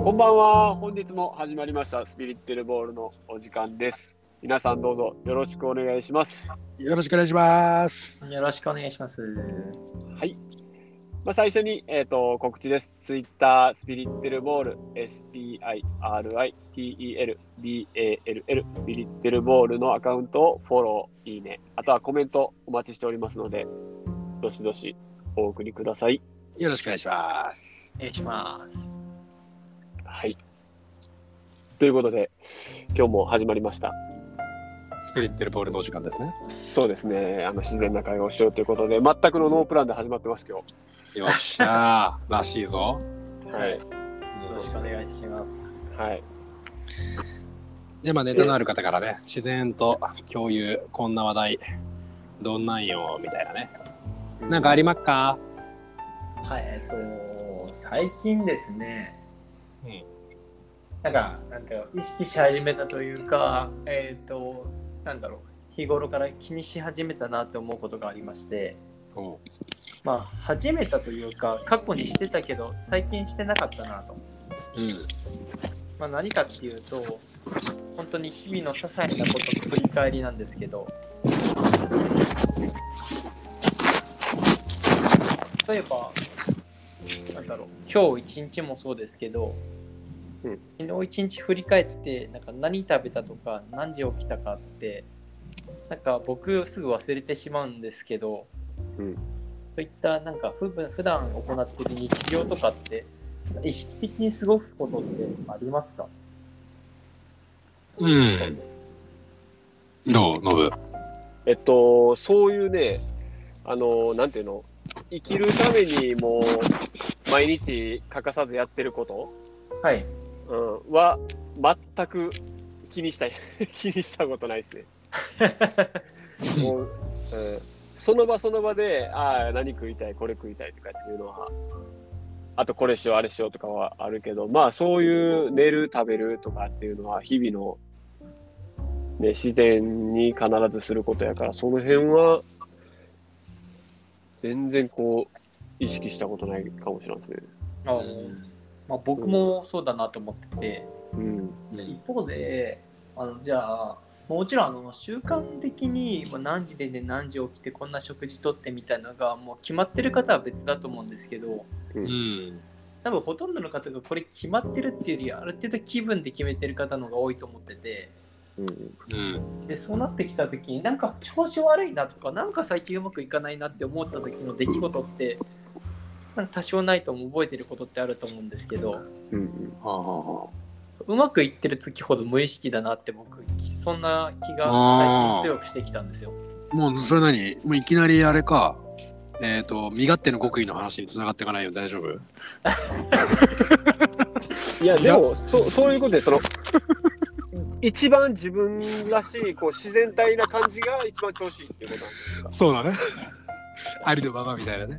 こんばんは。本日も始まりましたスピリッテルボールのお時間です。皆さんどうぞよろしくお願いします。 よろしくお願いします。 よろしくお願いします。 はい。最初に、告知です。ツイッタースピリッテルボール SPIRITELBALL スピリッテルボールのアカウントをフォロー、いいね、あとはコメントお待ちしておりますので、どしどしお送りください。 よろしくお願いします。 お願いします。 はい。ということで、今日も始まりました。 スピリッテルボールのお時間ですね。 そうですね。自然な会話をしようということで、全くのノープランで始まってます、今日。 よっしゃー、らしいぞ。 はい。 よろしくお願いします。 はい。 で、ネタのある方からね、自然と共有、こんな話題、どんなんよ、みたいなね。なんかありますか？ はい、最近ですね、なんか意識し始めたというか、日頃から気にし始めたなって思うことがありまして、始めたというか、過去にしてたけど、最近してなかったなと。何かっていうと、本当に日々の些細なことの振り返りなんですけど、例えば、今日一日もそうですけど、昨日一日振り返って何食べたとか何時起きたかって僕すぐ忘れてしまうんですけど、そういった普段行っている日常とかって意識的に過ごすことってありますか？ どうノブ？ そういうね、なんていうの、生きるためにもう毎日欠かさずやってること、は全く気にしたことないですね。もう、その場その場で、何食いたい、これ食いたいとかっていうのは、あとこれしよう、あれしようとかはあるけど、そういう寝る、食べるとかっていうのは日々の、ね、自然に必ずすることやから、その辺は全然意識したことないかもしれないですね。 僕もそうだなと思ってて、一方でじゃあもちろん習慣的に何時で寝何時起きてこんな食事とってみたいなのがもう決まってる方は別だと思うんですけど、多分ほとんどの方がこれ決まってるっていうよりある程度気分で決めてる方の方が多いと思ってて、でそうなってきた時に調子悪いなとか最近うまくいかないなって思った時の出来事って多少ないとも覚えてることってあると思うんですけど、うまくいってる時ほど無意識だなって僕そんな気が最近強くしてきたんですよ。 もうそれ何？もういきなりあれか、身勝手の極意の話に繋がっていかないよ。大丈夫？ いやでもそういうことで一番自分らしい自然体な感じが一番調子いいっていうことなんですか？ そうだね。ありのままみたいなね。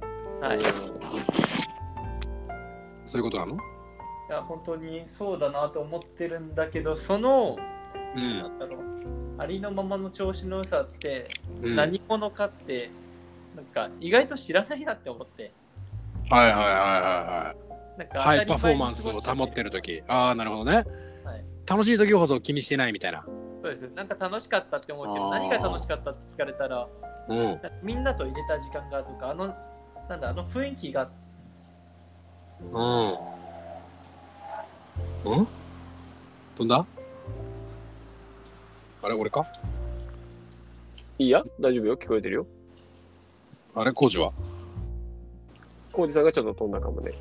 そういうことなの？ いや本当にそうだなと思ってるんだけど、その、ありのままの調子の良さって何者かって意外と知らないなって思って。 ハイパフォーマンスを保ってるとき。なるほどね。楽しいときほど気にしてないみたいな。 そうです。楽しかったって思うけど、何が楽しかったって聞かれたら、みんなと入れた時間がとか、あの雰囲気が。 飛んだ？あれ俺か？ いいや、大丈夫よ、聞こえてるよ。 あれコウジは？ コウジさんがちょっと飛んだかもね。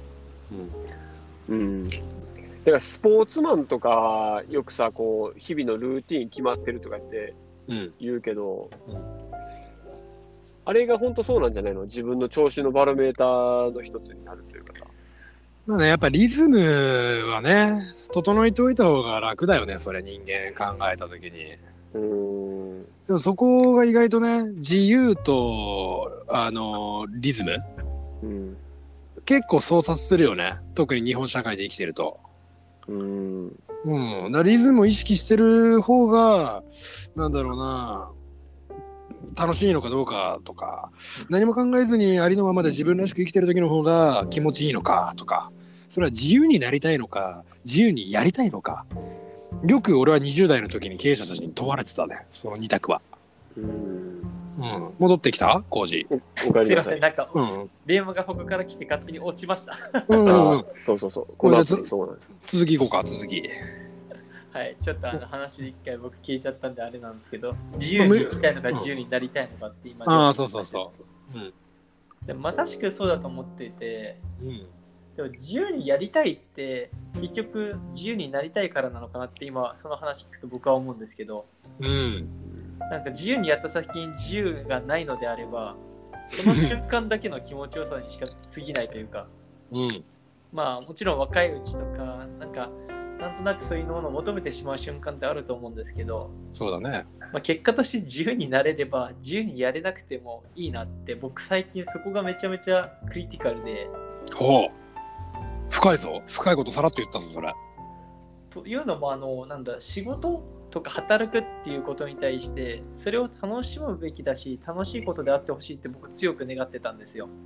だからスポーツマンとかよくさ日々のルーティーン決まってるとかって言うけど、あれが本当そうなんじゃないの？自分の調子のバロメーターの一つになるというかさ。 やっぱリズムはね整えておいた方が楽だよね。それ人間考えた時に。でもそこが意外とね、自由とリズム、結構操作するよね。特に日本社会で生きてると。だリズムを意識してる方が楽しいのかどうかとか、何も考えずにありのままで自分らしく生きてる時の方が気持ちいいのかとか、 それは自由になりたいのか自由にやりたいのか、よく俺は20代の時に経営者たちに問われてたね、その2択は。戻ってきたコージ。 すいません、なんか、電話が他から来て勝手に落ちました。 そうそうそう。この後そうなんです。続きいこうか、続き。 はい、ちょっと話で一回僕消えちゃったんであれなんですけど、自由に生きたいのか自由になりたいのかって今、 そうそうそう。 でもまさしくそうだと思っていて、でも自由にやりたいって結局自由になりたいからなのかなって今その話聞くと僕は思うんですけど、なんか自由にやった先に自由がないのであれば、その瞬間だけの気持ちよさにしか過ぎないというか、まあもちろん若いうちとかなんとなくそういうものを求めてしまう瞬間ってあると思うんですけど、 そうだね。 まあ、結果として自由になれれば自由にやれなくてもいいなって、僕最近そこがめちゃめちゃクリティカルで。 ほう、深いぞ。深いことさらっと言ったぞそれ。 というのも仕事とか働くっていうことに対してそれを楽しむべきだし、楽しいことであってほしいって僕強く願ってたんですよ。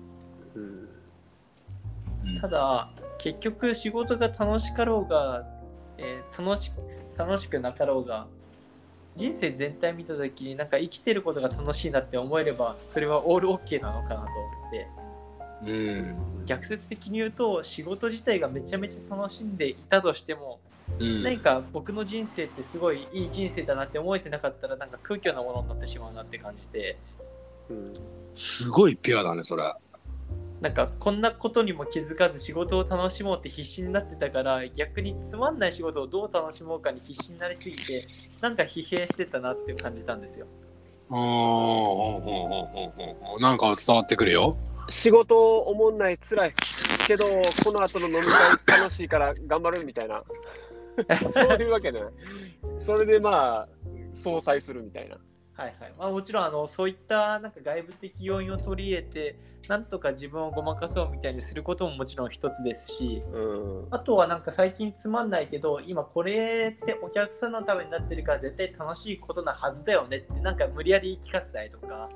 ただ結局仕事が楽しかろうが、楽しくなかろうが、人生全体見たときに生きてることが楽しいなって思えればそれはオールオッケーなのかなと思って、逆説的に言うと仕事自体がめちゃめちゃ楽しんでいたとしても、何か僕の人生ってすごいいい人生だなって思えてなかったら空虚なものになってしまうなって感じて、 すごいピュアだねそれ。 こんなことにも気づかず仕事を楽しもうって必死になってたから、逆につまんない仕事をどう楽しもうかに必死になりすぎて疲弊してたなって感じたんですよ。 なんか伝わってくるよ。 仕事おもんない、辛いけどこの後の飲み会楽しいから頑張るみたいなそういうわけじゃない。それでまあ相殺するみたいな。 まあ、もちろんそういった外部的要因を取り入れてなんとか自分をごまかそうみたいにすることももちろん一つですし、あとは最近つまんないけど今これってお客さんのためになってるから絶対楽しいことなはずだよねって無理やり言い聞かせたりとか、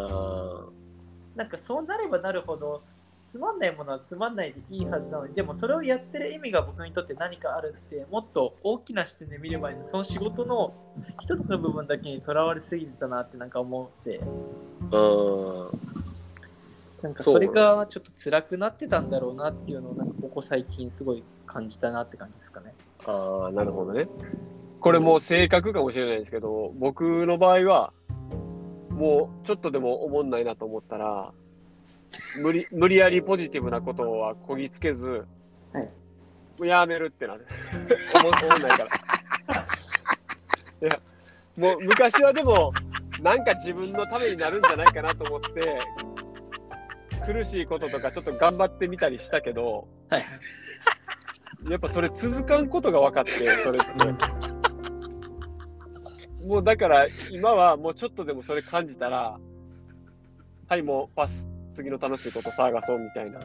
そうなればなるほどつまんないものはつまんないでいいはずなのに、でもそれをやってる意味が僕にとって何かあるって、もっと大きな視点で見る前にその仕事の一つの部分だけにとらわれすぎてたなって思って、それがちょっと辛くなってたんだろうなっていうのをここ最近すごい感じたなって感じですかね。 なるほどね。これもう性格かもしれないですけど、僕の場合はもうちょっとでも思んないなと思ったら無理やりポジティブなことはこぎつけず、もうやめるってなる思んないからいやもう昔はでも自分のためになるんじゃないかなと思って苦しいこととかちょっと頑張ってみたりしたけど、やっぱそれ続かんことが分かって、それもうだから今はもうちょっとでもそれ感じたらもうパス、次の楽しいこと探そうみたいな。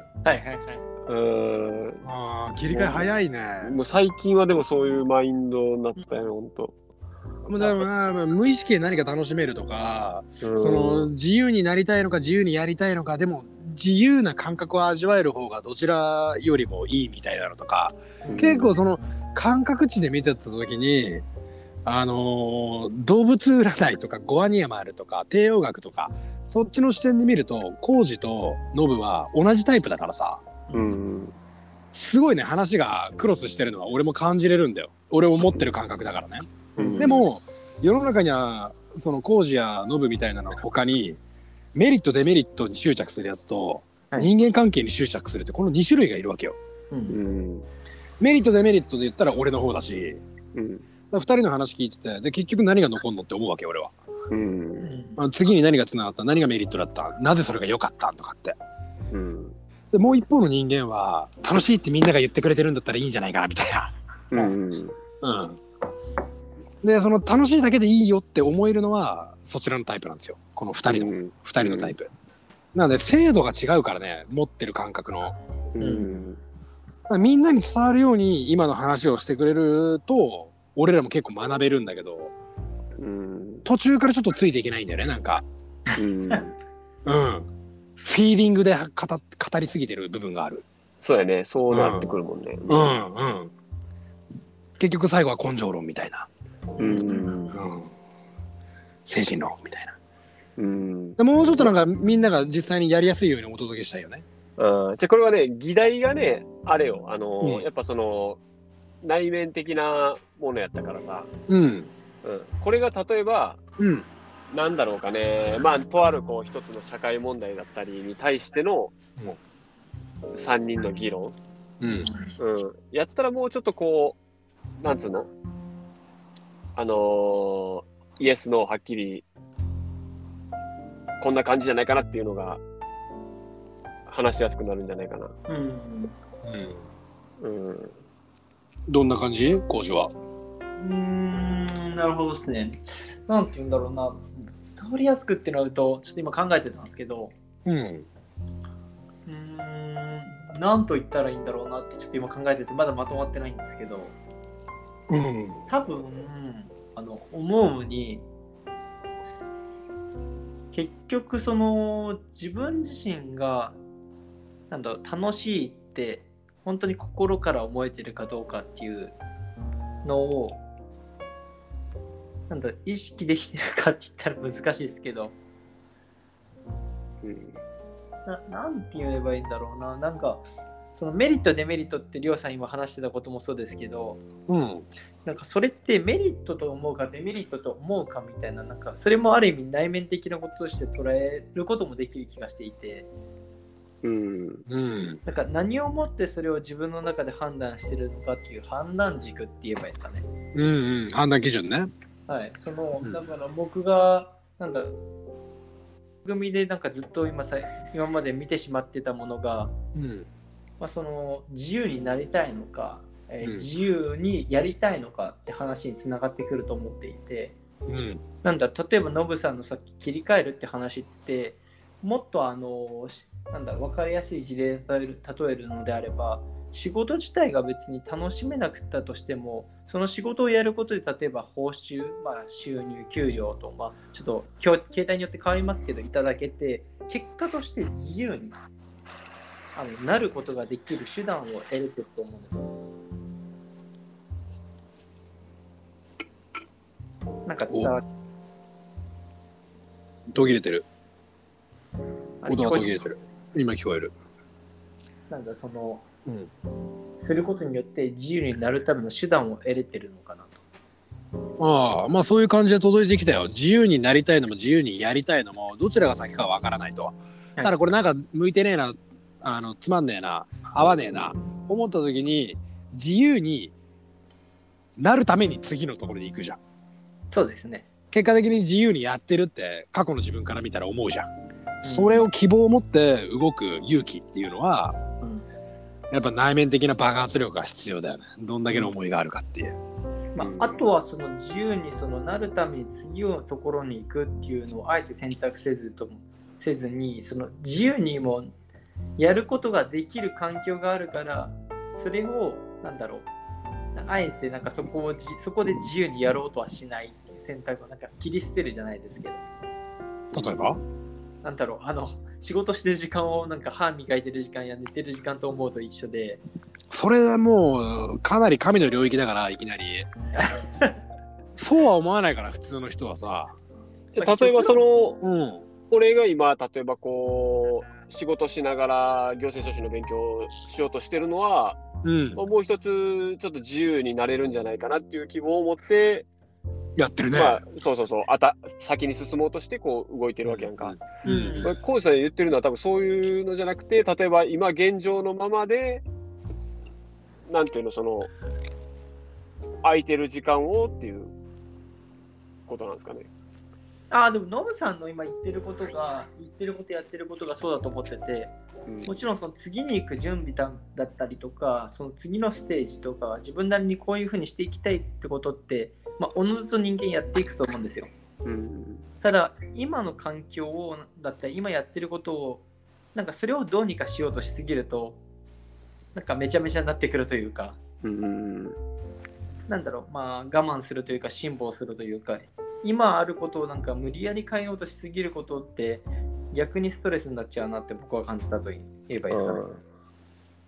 切り替え早いね。 もう最近はでもそういうマインドになったよ、ほんと。 だから無意識で何か楽しめるとか、その自由になりたいのか自由にやりたいのか、でも自由な感覚を味わえる方がどちらよりもいいみたいなのとか、結構その感覚値で見てた時に動物占いとかゴアニヤマルとか帝王学とかそっちの視点で見るとコウジとノブは同じタイプだからさ、すごいね話がクロスしてるのは俺も感じれるんだよ。俺を持ってる感覚だからね。でも世の中にはそのコウジやノブみたいなの他にメリットデメリットに執着するやつと、人間関係に執着するってこの2種類がいるわけよ。メリットデメリットで言ったら俺の方だし、2人の話聞いてて、で結局何が残んのって思うわけ俺は。次に何がつながった、何がメリットだった、なぜそれが良かったとかって。でもう一方の人間は楽しいってみんなが言ってくれてるんだったらいいんじゃないかなみたいな。でその楽しいだけでいいよって思えるのはそちらのタイプなんですよ、この2人のタイプ。なので精度が違うからね、持ってる感覚の。みんなに伝わるように今の話をしてくれると俺らも結構学べるんだけど、途中からちょっとついていけないんだよね、フィーリングで語りすぎてる部分がある。 そうやね、そうなってくるもんね。 うんうん。結局最後は根性論みたいな。精神論みたいな。もうちょっとなんかみんなが実際にやりやすいようにお届けしたいよね。 じゃあこれはね、議題がね、あれよ、やっぱその、内面的なものやったからさ。これが例えば、なんだろうかね、まあ、とあるこう一つの社会問題だったりに対しての3人の議論、やったらもうちょっとこう、なんつうのイエス、ノーはっきり、こんな感じじゃないかなっていうのが、話しやすくなるんじゃないかな。 どんな感じ？講師は。 なるほどですね。なんて言うんだろうな。伝わりやすくってなると、ちょっと今考えてたんですけど、なんと言ったらいいんだろうなってちょっと今考えてて、まだまとまってないんですけど、多分、思うに、結局その自分自身がなんだろう楽しいって本当に心から思えてるかどうかっていうのをなんだろう意識できてるかって言ったら難しいですけど、なんて言えばいいんだろうな。なんかそのメリットデメリットってりょうさん今話してたこともそうですけど、なんかそれってメリットと思うかデメリットと思うかみたいな、なんかそれもある意味内面的なこととして捉えることもできる気がしていて、なんか何をもってそれを自分の中で判断してるのかっていう判断軸って言えばいいですかね。 判断基準ね。 はい、そのだから僕がなんだ組でなんかずっと今まで見てしまってたものが、その自由になりたいのか、自由にやりたいのかって話につながってくると思っていて、なんだ例えばノブさんのさっき切り替えるって話ってもっとなんだ分かりやすい事例で例えるのであれば、仕事自体が別に楽しめなくったとしても、その仕事をやることで例えば報酬、収入、給料と、ちょっと携帯によって変わりますけどいただけて、結果として自由になることができる手段を得れてると思うんですよ。なんか伝わる。 途切れてる。音が途切れてる。今聞こえる。 なんだその、することによって自由になるための手段を得れてるのかなと。そういう感じで届いてきたよ。自由になりたいのも自由にやりたいのもどちらが先かわからないと。ただこれなんか向いてねえな、つまんねえな、合わねえな思った時に自由になるために次のところに行くじゃん。 そうですね。 結果的に自由にやってるって過去の自分から見たら思うじゃん。それを希望を持って動く勇気っていうのは、やっぱ内面的な爆発力が必要だよね。どんだけの思いがあるかっていう。 あとはその自由にそのなるために次のところに行くっていうのをあえて選択せずに、その自由にもやることができる環境があるから、それをなんだろう、あえてなんかそこで自由にやろうとはしないっていう選択をなんか切り捨てるじゃないですけど。例えばなんだろう、仕事してる時間をなんか歯磨いてる時間や寝てる時間と思うと一緒で、 それはもうかなり神の領域だから、いきなりそうは思わないから、普通の人はさ。 例えばその、俺が今例えばこう仕事しながら行政書士の勉強をしようとしてるのは、もう一つちょっと自由になれるんじゃないかなっていう希望を持ってやってるね。 そう先に進もうとしてこう動いてるわけやんか。コウさん言ってるのは多分そういうのじゃなくて、例えば今現状のままでなんていうの、その空いてる時間をっていうことなんですかね。 でもノブさんの今言ってることやってることがそうだと思ってて、もちろんその次に行く準備だったりとか、その次のステージとか自分なりにこういうふうにしていきたいってことっておのずと人間やっていくと思うんですよ。ただ今の環境をだったり今やってることをなんかそれをどうにかしようとしすぎるとなんかめちゃめちゃになってくるというか、なんだろう、我慢するというか辛抱するというか、今あることをなんか無理やり変えようとしすぎることって逆にストレスになっちゃうなって僕は感じたと言えばいいですかね。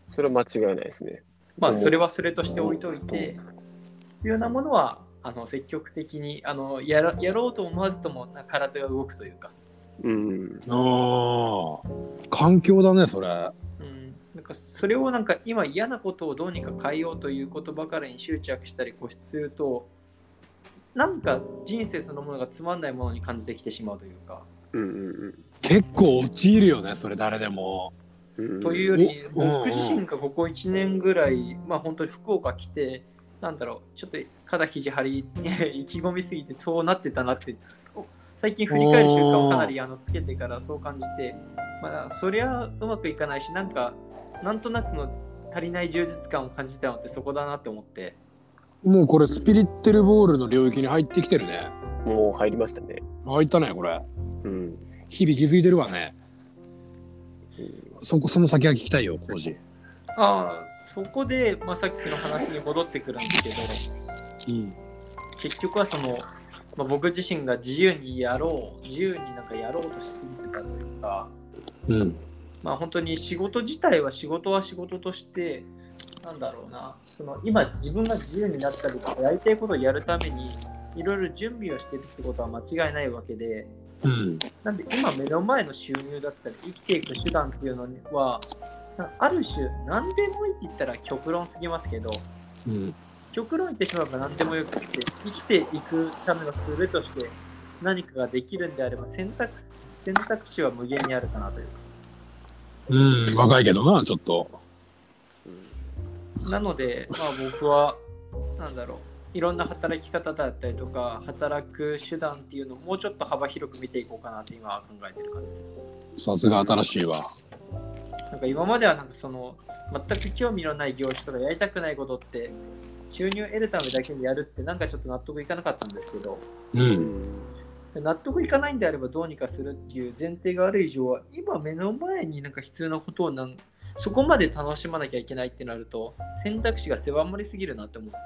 それは間違いないですね。 まあ、それはそれとして置いといて、必要なものは積極的にやろうと思わずとも体が動くというか。 環境だね、それ。 なんかそれを今嫌なことをどうにか変えようということばかりに執着したり固執すると、なんか人生そのものがつまんないものに感じてきてしまうというか。 結構陥るよね、それ誰でも。 というより、僕自身がここ1年ぐらい、本当に福岡来て、ちょっと肩肘張り意気込みすぎてそうなってたなって、最近振り返る習慣をかなりつけてからそう感じて、そりゃうまくいかないし、なんとなくの足りない充実感を感じたのってそこだなって思って。 もうこれスピリッテルボールの領域に入ってきてるね。 もう入りましたね。 入ったね、これ。日々気づいてるわね。その先が聞きたいよ、コージ。 そこで、さっきの話に戻ってくるんですけど、結局は僕自身が自由にやろうとしすぎてたというか、本当に仕事自体は仕事として、今自分が自由になったりとか、やりたいことをやるためにいろいろ準備をしてるってことは間違いないわけで、なんで今目の前の収入だったり生きていく手段っていうのはある種何でもいいって言ったら極論すぎますけど、極論言ってしまえば何でもよくて、生きていくための術として何かができるんであれば選択肢は無限にあるかなというか。 若いけどな、ちょっと。 なので、僕はいろんな働き方だったりとか働く手段っていうのをもうちょっと幅広く見ていこうかなって今は考えてる感じです。 さすが新しいわ。 今までは全く興味のない業種とかやりたくないことって収入を得るためだけにやるってちょっと納得いかなかったんですけど、納得いかないんであればどうにかするっていう前提がある以上は、今目の前に必要なことをそこまで楽しまなきゃいけないってなると選択肢が狭まりすぎるなって思って、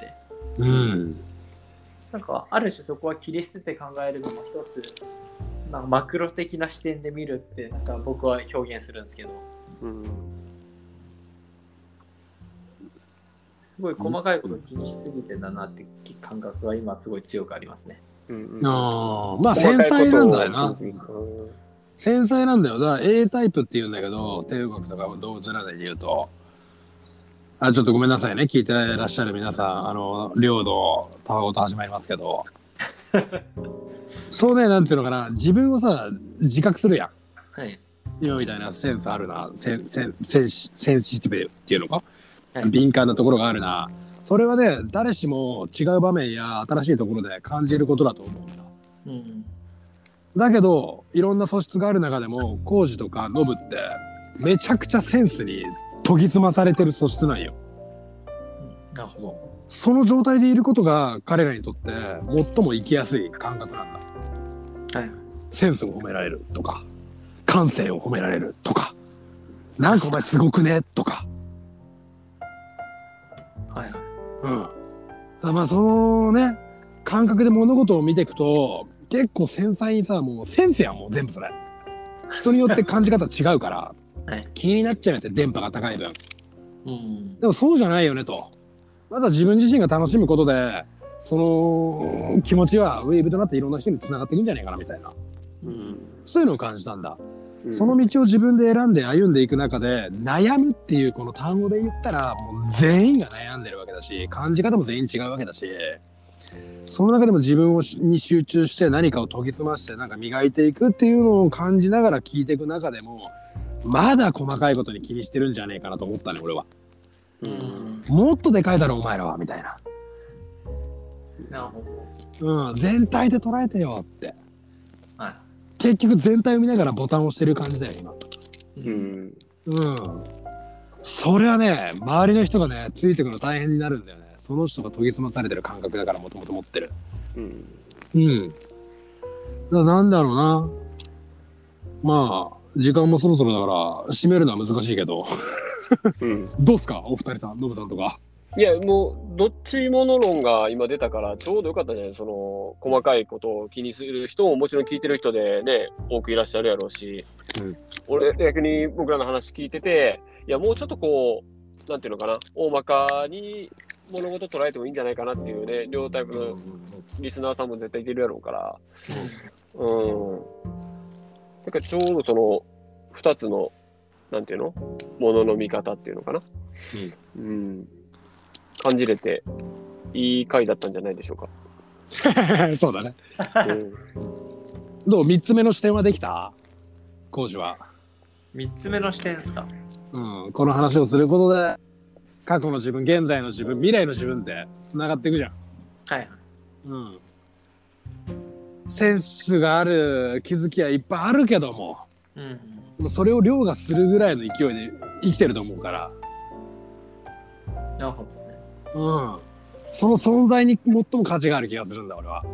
ある種そこは切り捨てて考えるのも一つマクロ的な視点で見るって僕は表現するんですけど、すごい細かいことを気にしすぎてだなって感覚が今すごい強くありますね。 繊細なんだよな。繊細なんだよ。だから A タイプって言うんだけど、低動学とか動物占いで言うと、ちょっとごめんなさいね、聞いてらっしゃる皆さん、領土たわごと始まりますけどそうね、なんていうのかな、自分をさ自覚するやん。今みたいなセンスあるな、センシティブっていうのか、敏感なところがあるな。それはね、誰しも違う場面や新しいところで感じることだと思うんだ。だけどいろんな素質がある中でもコウジとかノブってめちゃくちゃセンスに研ぎ澄まされてる素質なんよ。 なるほど。 その状態でいることが彼らにとって最も生きやすい感覚なんだ。センスを褒められるとか、感性を褒められるとか、なんかお前すごくねとか。そのね感覚で物事を見ていくと結構繊細にさ、もうセンスやん、もう全部それ。人によって感じ方違うから、気になっちゃうよって電波が高い分。でもそうじゃないよねと。まずは自分自身が楽しむことで、その気持ちはウェーブとなっていろんな人に繋がっていくんじゃないかなみたいな。そういうのを感じたんだ。その道を自分で選んで歩んでいく中で、悩むっていうこの単語で言ったらもう全員が悩んでるわけだし、感じ方も全員違うわけだし、その中でも自分に集中して何かを研ぎ澄まして磨いていくっていうのを感じながら聞いていく中でも、まだ細かいことに気にしてるんじゃねえかなと思ったね、俺は。もっとでかいだろお前らはみたいな。 なるほど。全体で捉えてよって。結局全体を見ながらボタンを押してる感じだよ今。それはね、周りの人がねついてくるの大変になるんだよね。その人が研ぎ澄まされてる感覚だから、もともと持ってる。なんだろうな。時間もそろそろだから締めるのは難しいけどどうすかお二人さん、ノブさんとか。 いや、もうどっちもの論が今出たからちょうどよかったね。その細かいことを気にする人ももちろん聞いてる人でね多くいらっしゃるやろうし、俺逆に僕らの話聞いてて、いやもうちょっとこうなんていうのかな、大まかに物事捉えてもいいんじゃないかなっていうね、両タイプのリスナーさんも絶対いてるやろうから、だからちょうどその2つの、なんていうの、ものの見方っていうのかな、感じれて、いい回だったんじゃないでしょうか。 そうだね。どう ?3 つ目の視点はできた？講師は。 3つ目の視点ですか？ この話をすることで、過去の自分、現在の自分、未来の自分ってつながっていくじゃん。 はい。 センスがある気づきはいっぱいあるけども、それを凌駕するぐらいの勢いで生きてると思うから。 なるほどですね。 その存在に最も価値がある気がするんだ俺は。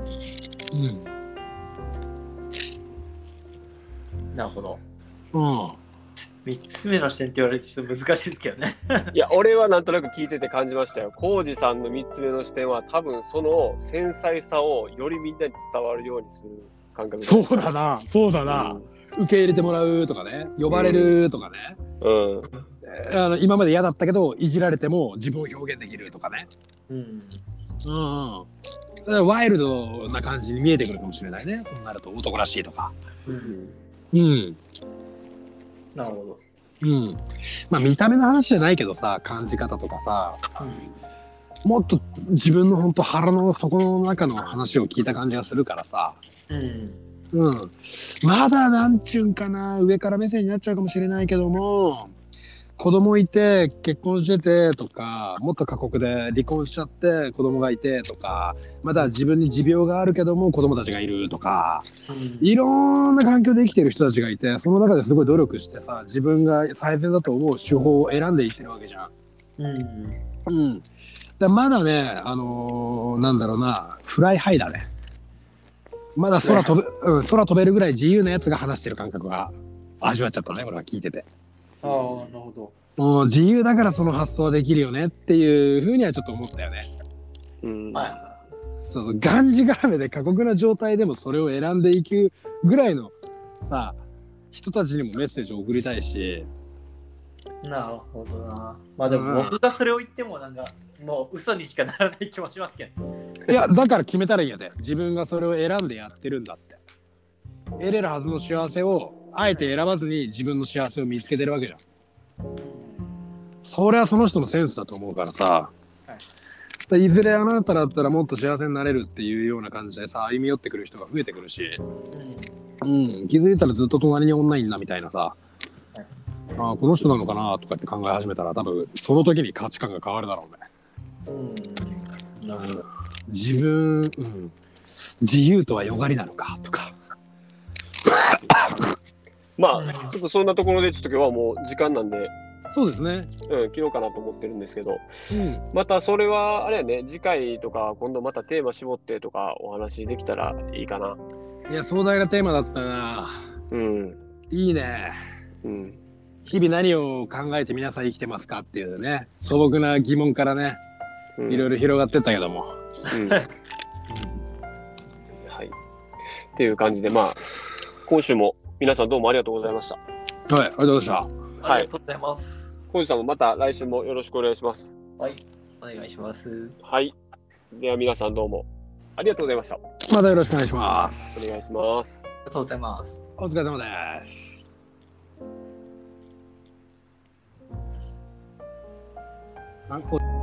なるほど。3つ目の視点って言われてちょっと難しいですけどね。 いや、俺はなんとなく聞いてて感じましたよ。浩二さんの3つ目の視点は多分その繊細さをよりみんなに伝わるようにする感覚。 そうだな、そうだな。受け入れてもらうとかね、呼ばれるとかね。今まで嫌だったけどいじられても自分を表現できるとかね。ワイルドな感じに見えてくるかもしれないね。そうなると男らしいとか。 なるほど。 まあ見た目の話じゃないけどさ、感じ方とかさ、もっと自分の本当腹の底の中の話を聞いた感じがするからさ。まだなんちゅうんかな、上から目線になっちゃうかもしれないけども、子供いて結婚しててとか、もっと過酷で離婚しちゃって子供がいてとか、まだ自分に持病があるけども子供たちがいるとか、いろんな環境で生きてる人たちがいて、その中ですごい努力してさ、自分が最善だと思う手法を選んで生きてるわけじゃん。だまだね、なんだろうな、フライハイだね。まだ空飛べるぐらい自由なやつが話してる感覚が味わっちゃったね、俺は聞いてて。 なるほど。 自由だからその発想はできるよねっていうふうにはちょっと思ったよね。そうそう、がんじがらめで過酷な状態でもそれを選んでいくぐらいのさ、人たちにもメッセージを送りたいし。 なるほどな。まあでも僕がそれを言ってもなんかもう嘘にしかならない気もしますけど。 いや、だから決めたらいいやで。自分がそれを選んでやってるんだって。得れるはずの幸せをあえて選ばずに自分の幸せを見つけてるわけじゃん。それはその人のセンスだと思うからさ、いずれあなただったらもっと幸せになれるっていうような感じでさ、歩み寄ってくる人が増えてくるし、気づいたらずっと隣に女いんなみたいなさ、この人なのかなとかって考え始めたら、多分その時に価値観が変わるだろうね。自分、自由とはよがりなのかとか。 まあちょっとそんなところでちょっと今日はもう時間なんで、 そうですね、 切ろうかなと思ってるんですけど、またそれはあれやね、次回とか今度またテーマ絞ってとかお話できたらいいかな。 いや、壮大なテーマだったな。いいね。日々何を考えて皆さん生きてますかっていうね、素朴な疑問からね、いろいろ広がってったけども。 はい。っていう感じで、まあ今週も皆さんどうもありがとうございました。 はい、ありがとうございました。 ありがとうございます。 浩二さんもまた来週もよろしくお願いします。 はい、お願いします。 はい。では皆さんどうもありがとうございました。 またよろしくお願いします。 お願いします。 ありがとうございます。 お疲れ様です。こ